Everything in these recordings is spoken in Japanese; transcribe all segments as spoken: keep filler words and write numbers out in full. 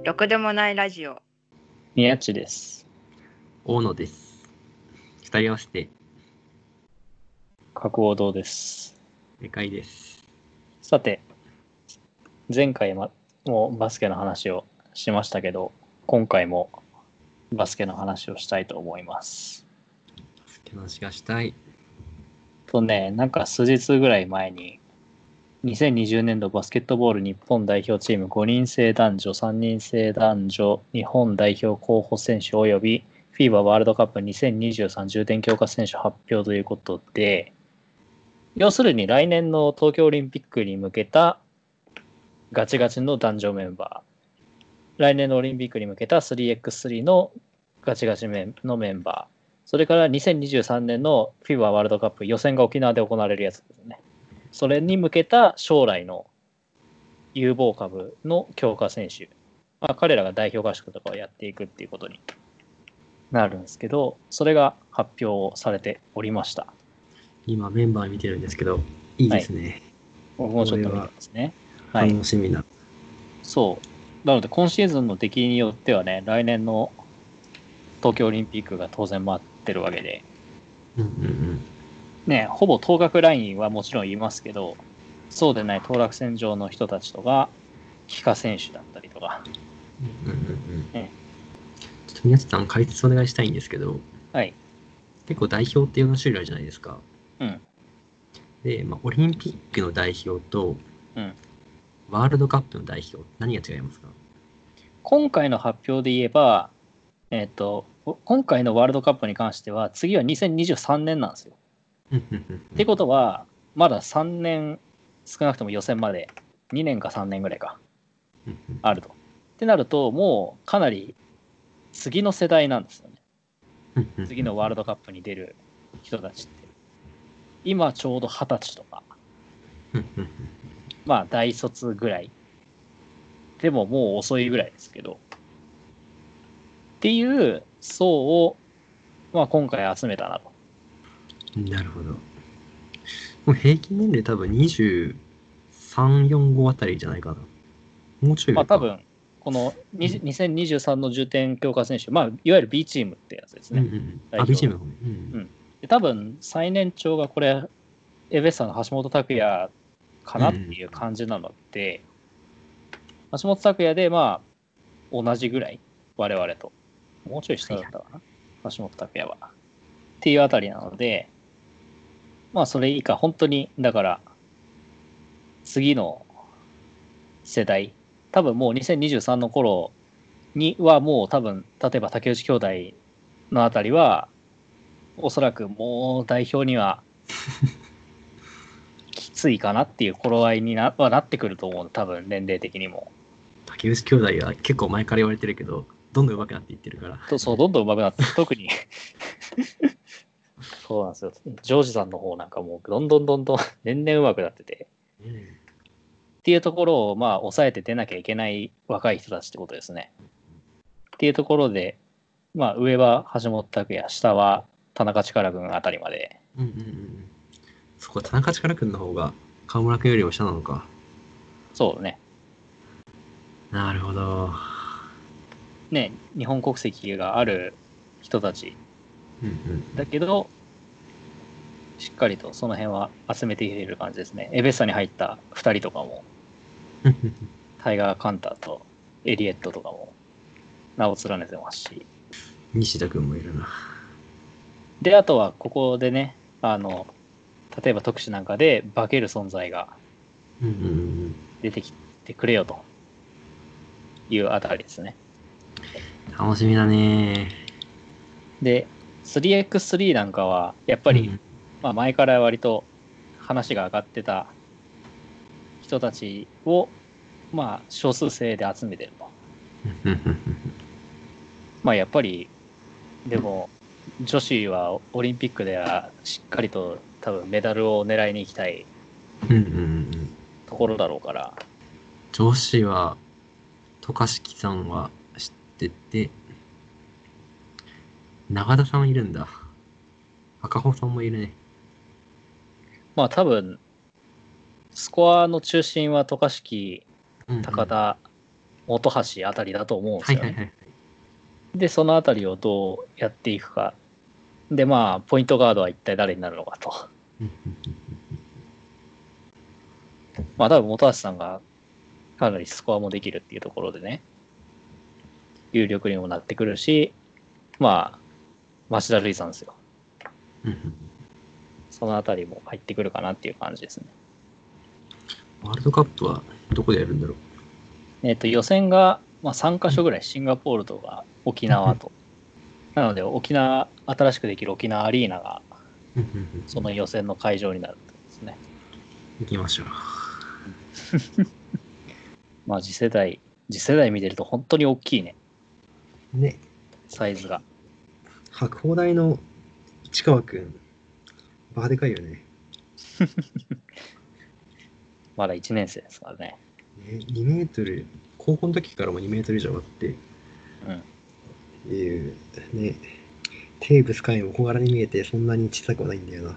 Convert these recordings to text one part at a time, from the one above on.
ろくでもないラジオ。 宮地です。 大野です。二人合わせて角王堂です。 でかいです。 さて、前回もバスケの話をしましたけど、今回もバスケの話をしたいと思います。 バスケの話がしたい。 とね、なんか数日ぐらい前に、にせんにじゅうねんどバスケットボール日本代表チームごにん制男女、さんにん制男女日本代表候補選手及び フィーバ ワールドカップにせんにじゅうさん重点強化選手発表ということで、要するに来年の東京オリンピックに向けたガチガチの男女メンバー、来年のオリンピックに向けた スリーエックススリー のガチガチのメンバー、それからにせんにじゅうさんねんの フィーバ ワールドカップ予選が沖縄で行われるやつですね。それに向けた将来の有望株の強化選手、まあ、彼らが代表合宿とかをやっていくっていうことになるんですけど、それが発表されておりました。 今メンバー見てるんですけど、いいですね。はい、 僕もちょっと見てますね。 楽しみな、はい。 そう。なので今シーズンの出来によってはね、来年の東京オリンピックが当然待ってるわけで、 うんうんうんね、ほぼ当確ラインはもちろんいますけど、そうでない当落線上の人たちとか、帰化選手だったりとか。 うんうんうんね、ちょっと宮地さん解説お願いしたいんですけど、 はい。 結構代表っていうの種類あるじゃないですか。 うん。 で、まあ、オリンピックの代表と、 うん、 ワールドカップの代表、何が違いますか？ 今回の発表で言えば、えっと、今回のワールドカップに関しては、次はにせんにじゅうさんねんなんですよ。ってことは、まださんねん、少なくとも予選までにねんかさんねんぐらいか、あると。ってなると、もうかなり次の世代なんですよね。次のワールドカップに出る人たちって。今ちょうどはたちとか、まあ大卒ぐらい。でももう遅いぐらいですけど。っていう層を、まあ、今回集めたなと。 なるほど。もう平均年齢多分にじゅうさん、よん、ごあたりじゃないかな。もうちょい上か。 まあ多分、このにせんにじゅうさんの重点強化選手、まあいわゆる B チームってやつですね。 うんうん、あ、B チームの方ね。うん。 うん、で多分最年長がこれ、エベッサの橋本拓也かなっていう感じなので、うん、橋本拓也でまあ同じぐらい、我々と。もうちょい下だったかな、はい、橋本拓也は。っていうあたりなので、まあそれ以下、本当に、だから、次の世代、多分もうにせんにじゅうさんの頃にはもう多分、例えば竹内兄弟のあたりは、おそらくもう代表にはきついかなっていう頃合いに な, はなってくると思う、多分年齢的にも。 竹内兄弟は結構前から言われてるけど、どんどん上手くなっていってるから。 とそう、どんどん上手くなって、特にそうなんですよ。ジョージさんの方なんかもうどんどんどんどん年々上手くなってて。うん、っていうところをまあ抑えて出なきゃいけない若い人たちってことですね。っていうところで、まあ上は橋本拓也、下は田中力君あたりまで。 うんうんうん。そこ田中力君の方が河村君よりも下なのか。 そうね。 なるほど。 ね、日本国籍がある人たち。うんうん、だけど、しっかりとその辺は集めていける感じですね。エベッサに入ったふたりとかも、タイガー・カンターとエリエットとかも名を連ねてますし。 西田君もいるな。 で、あとはここでね、あの、例えば特殊なんかで化ける存在が出てきてくれよというあたりですね。 楽しみだね。 で、スリーエックススリー なんかは、やっぱり、うん、まあ前から割と話が上がってた人たちを、まあ少数制で集めてると。まあやっぱり、でも、女子はオリンピックではしっかりと多分メダルを狙いに行きたいところだろうから。 女子は、渡嘉敷さんは知ってて、長田さんいるんだ。赤穂さんもいるね。 まあ多分、スコアの中心は渡嘉敷、高田本橋あたりだと思うんですよね。 はいはいはい。 で、そのあたりをどうやっていくか。で、まあ、ポイントガードは一体誰になるのかと。まあ、多分本橋さんがかなりスコアもできるっていうところでね、有力にもなってくるし、まあ、町田瑠唯さんですよ。そのあたりも入ってくるかなっていう感じですね。 ワールドカップはどこでやるんだろう。 えっと、予選が、まあ、さんカ所ぐらい、シンガポールとか沖縄と。なので、沖縄、新しくできる沖縄アリーナが、その予選の会場になるんですね。 行きましょう。 まあ、次世代、次世代見てると本当に大きいね。 ね。 サイズが。 白鵬大の市川くん、バカでかいよね。 まだいちねん生ですからね。 ねにメートル、高校の時からもにメートル以上あって、 うん。 いう、ね、テーブス海も小柄に見えてそんなに小さくはないんだよな。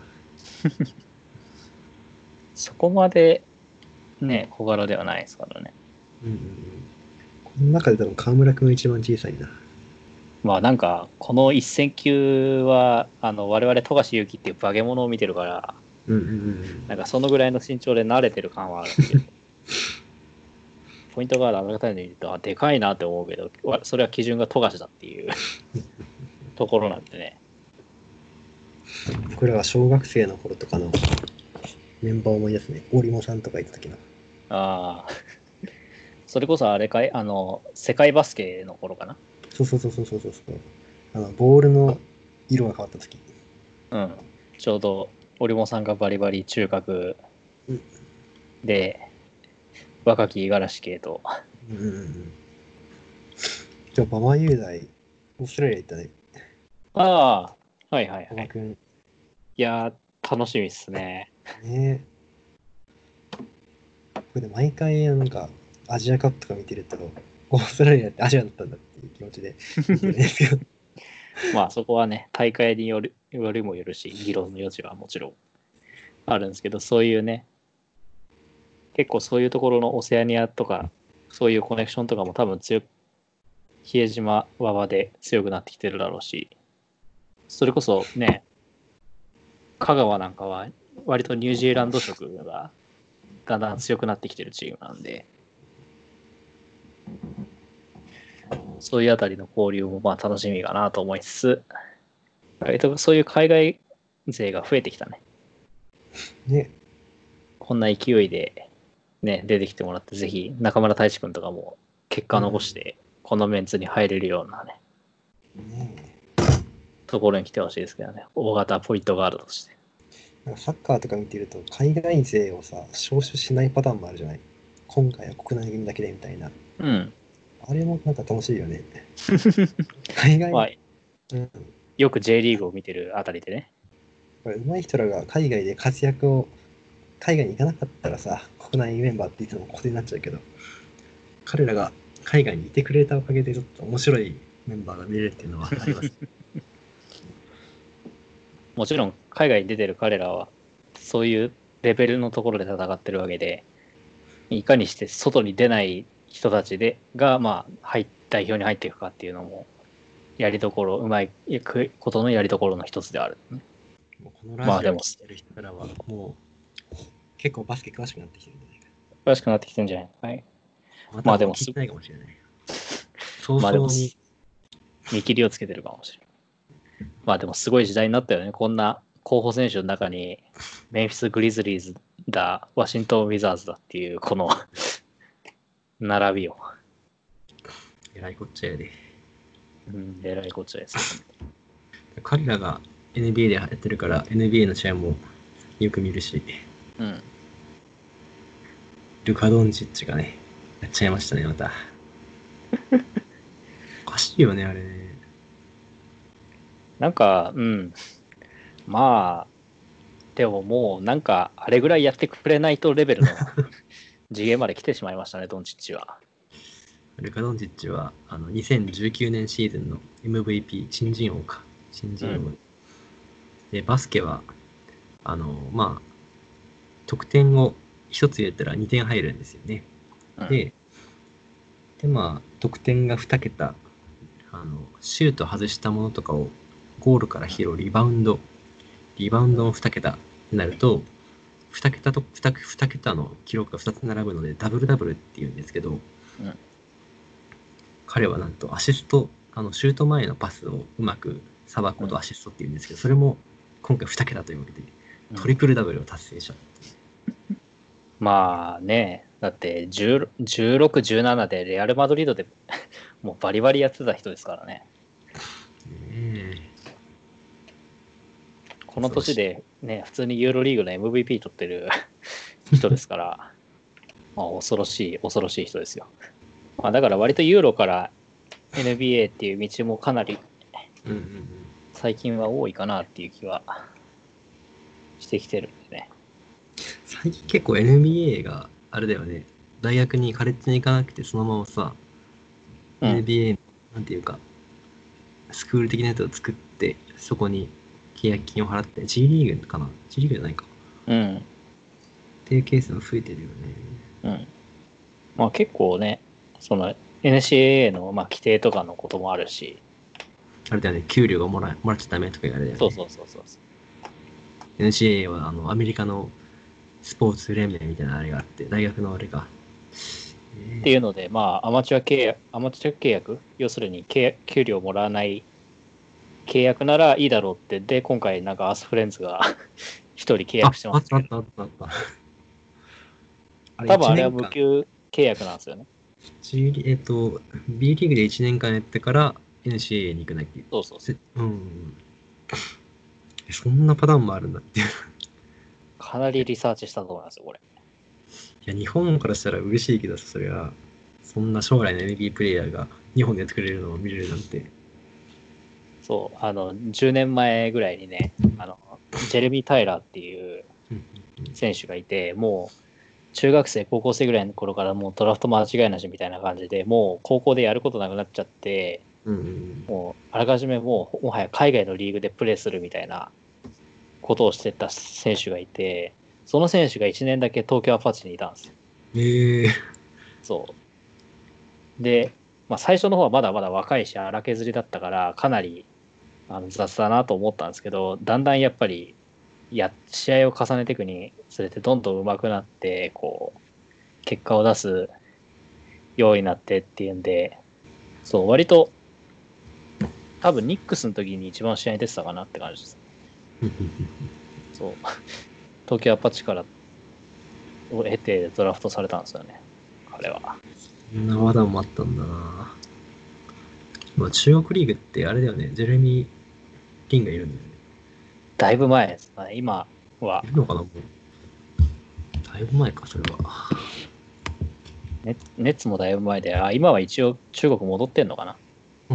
そこまで、ね、小柄ではないですからね。 うんうんうん。この中で多分河村くんが一番小さいな。 まあなんか、この一戦級は、あの、我々、富樫勇樹っていう化け物を見てるから、 うんうんうんうん。 なんかそのぐらいの身長で慣れてる感はあるんですけど、ポイントガード改めて見ると、あ、でかいなって思うけど、わそれは基準が富樫だっていうところなんでね。 僕らは小学生の頃とかのメンバーを思い出すね。オリモさんとか言った時の。 ああ、それこそあれかい、あの、世界バスケの頃かな。 そうそうそうそうそうそう。あの、ボールの色が変わった時。 うん。ちょうど、オリモさんがバリバリ中核うんで、若き五十嵐系と、 うんうんうん。でも、馬場雄大、オーストラリア行ったね。 ああ、はいはいはい。 馬場くん。 いやー、楽しみっすね。 ねこれで毎回、なんか、アジアカップとか見てると、オーストラリアってアジアだったんだっていう気持ちで見てるんですけど。 まあそこはね、大会によるよりもよるし、議論の余地はもちろんあるんですけど、そういうね、結構そういうところのオセアニアとか、そういうコネクションとかも多分強く、比江島、馬場で強くなってきてるだろうし、それこそね、香川なんかは割とニュージーランド色がだんだん強くなってきてるチームなんで、そういうあたりの交流もまあ楽しみかなと思いつつ、割とそういう海外勢が増えてきたね。 ね。 こんな勢いで、ね、出てきてもらって、ぜひ中村太一君とかも結果を残して、このメンツに入れるようなね、 ねところに来てほしいですけどね、大型ポイントガードとして。 なんかサッカーとか見てると、海外勢をさ、招集しないパターンもあるじゃない。今回は国内組だけでみたいな。 うん。 あれもなんか楽しいよね。海外、 まあ、 うん、 よく J リーグを見てるあたりでね。 これ上手い人らが海外で活躍を、海外に行かなかったらさ、国内メンバーっていつも固定になっちゃうけど、彼らが海外にいてくれたおかげでちょっと面白いメンバーが見れるっていうのはあります。 もちろん海外に出てる彼らは、そういうレベルのところで戦ってるわけで、いかにして外に出ない人たちでが、まあ、入代表に入っていくかっていうのも、やりどころ、うまいことのやりどころの一つである、ね。 もうこのラジオを聞いてる人からは、もう結構バスケ詳しくなってきてるんじゃないか。 詳しくなってきてるんじゃないか。はい。 まあでも聞いてないかもしれない。早々に見切りをつけてるかもしれない。まあでもすごい時代になったよね。こんな候補選手の中にメンフィス・グリズリーズだ、ワシントン・ウィザーズだっていうこの並びを。 えらいこっちゃやで。 うん、えらいこっちゃです。 彼らが エヌビーエー でやってるから エヌビーエー の試合もよく見るし、 うん、 ルカ・ドンチッチがね、やっちゃいましたね、また。おかしいよね、あれね。 なんか、うん。まあ、でももうなんかあれぐらいやってくれないとレベルの次元まで来てしまいましたね、ドンチッチは。 ルカ・ドンチッチはあのにせんじゅうきゅうねんシーズンの エムブイピー 新人王か。新人王、うん、で、バスケは、あの、まあ、得点を一つ入れたらにてん入るんですよね。うん、で、 で、まあ、得点がに桁、あの、シュート外したものとかをゴールから拾うリバウンド、リバウンドのに桁になると、に桁と 2, 2桁の記録がふたつ並ぶので、ダブルダブルっていうんですけど、 うん、 彼はなんとアシスト、あのシュート前のパスをうまくさばくことをアシストっていうんですけど、それも今回に桁というわけで、トリプルダブルを達成した。 うん、まあね、だってじゅうろく、じゅうななでレアル・マドリードでもうバリバリやってた人ですからね。 ねこの年でね、普通にユーロリーグの エムブイピー 取ってる人ですから、まあ、恐ろしい、恐ろしい人ですよ。まあ、だから割とユーロから エヌビーエー っていう道もかなり最近は多いかなっていう気はしてきてるんでね。 最近結構 エヌビーエー があれだよね、大学にカレッジに行かなくてそのままさ、うん、エヌビーエー なんていうかスクール的なやつを作ってそこに契約金を払って G リーグかな G リーグじゃないか、 うん、 っていうケースも増えてるよね。 うん。まあ結構ね、その エヌシーエーエー のまあ規定とかのこともあるし、 あれだよね、給料がもらもらっちゃダメとか言われるよね。 そうそうそうそう。 エヌシーエーエー はあのアメリカのスポーツ連盟みたいなあれがあって、大学のあれか。 っていうので、まあアマチュア契約、アマチュア契約、要するに給料もらわない契約ならいいだろうって、で、今回なんかアースフレンズが一人契約してますけど。 あったあったあったあった。 多分あれは無給契約なんですよね。 G えっと、B リーグでいちねんかんやってから エヌシーエーエー に行くんだっけ。 そうそうそう。 うん。そんなパターンもあるんだっていう。 かなりリサーチしたと思いますよ、これ。 いや、日本からしたら嬉しいけど、それは、そんな将来の エヌビー プレイヤーが日本で作れるのを見れるなんて。 そう、あの、じゅうねんまえぐらいにね、あの、ジェレミー・タイラーっていう選手がいて、もう、中学生、高校生ぐらいの頃からもうドラフト間違いなしみたいな感じで、もう高校でやることなくなっちゃって、 うんうん、 もうあらかじめもうもはや海外のリーグでプレーするみたいなことをしてた選手がいて、その選手がいちねんだけ東京アパッチにいたんですよ。 えー、 そう。で、まあ、最初の方はまだまだ若いし荒削りだったからかなりあの雑だなと思ったんですけど、だんだんやっぱりや試合を重ねていくにつれてどんどん上手くなってこう結果を出すようになってっていうんで、そう割と多分ニックスの時に一番試合に出てたかなって感じです。そう東京アパッチからを経てドラフトされたんですよね、彼は。 そんな技もあったんだな。まあ、中国リーグってあれだよね、ジェレミー・リンがいるんだよね。 だいぶ前ですね、今は。 いるのかな、もう。だいぶ前か、それは。 ネネッツもだいぶ前で、あ、今は一応中国戻ってんのかな。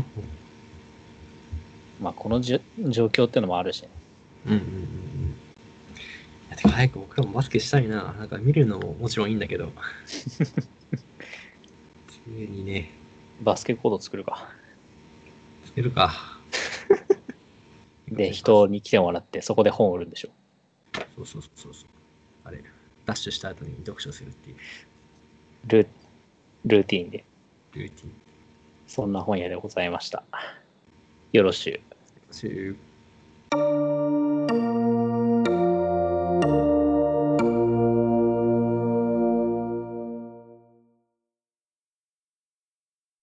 まあこのじ状況っていうのもあるし、ね。 うんうんうんうん。いや、てか早く僕らもバスケしたいな。なんか見るのももちろんいいんだけど。普通にね。 バスケコード作るか。 作るか。 で、人に来てもらって、そこで本を売るんでしょ。 そうそうそうそう。あれ、ダッシュした後に読書するっていう。 ルルーティーンで。 ルーティン。 そんな本屋でございました。よろしゅう。 そういう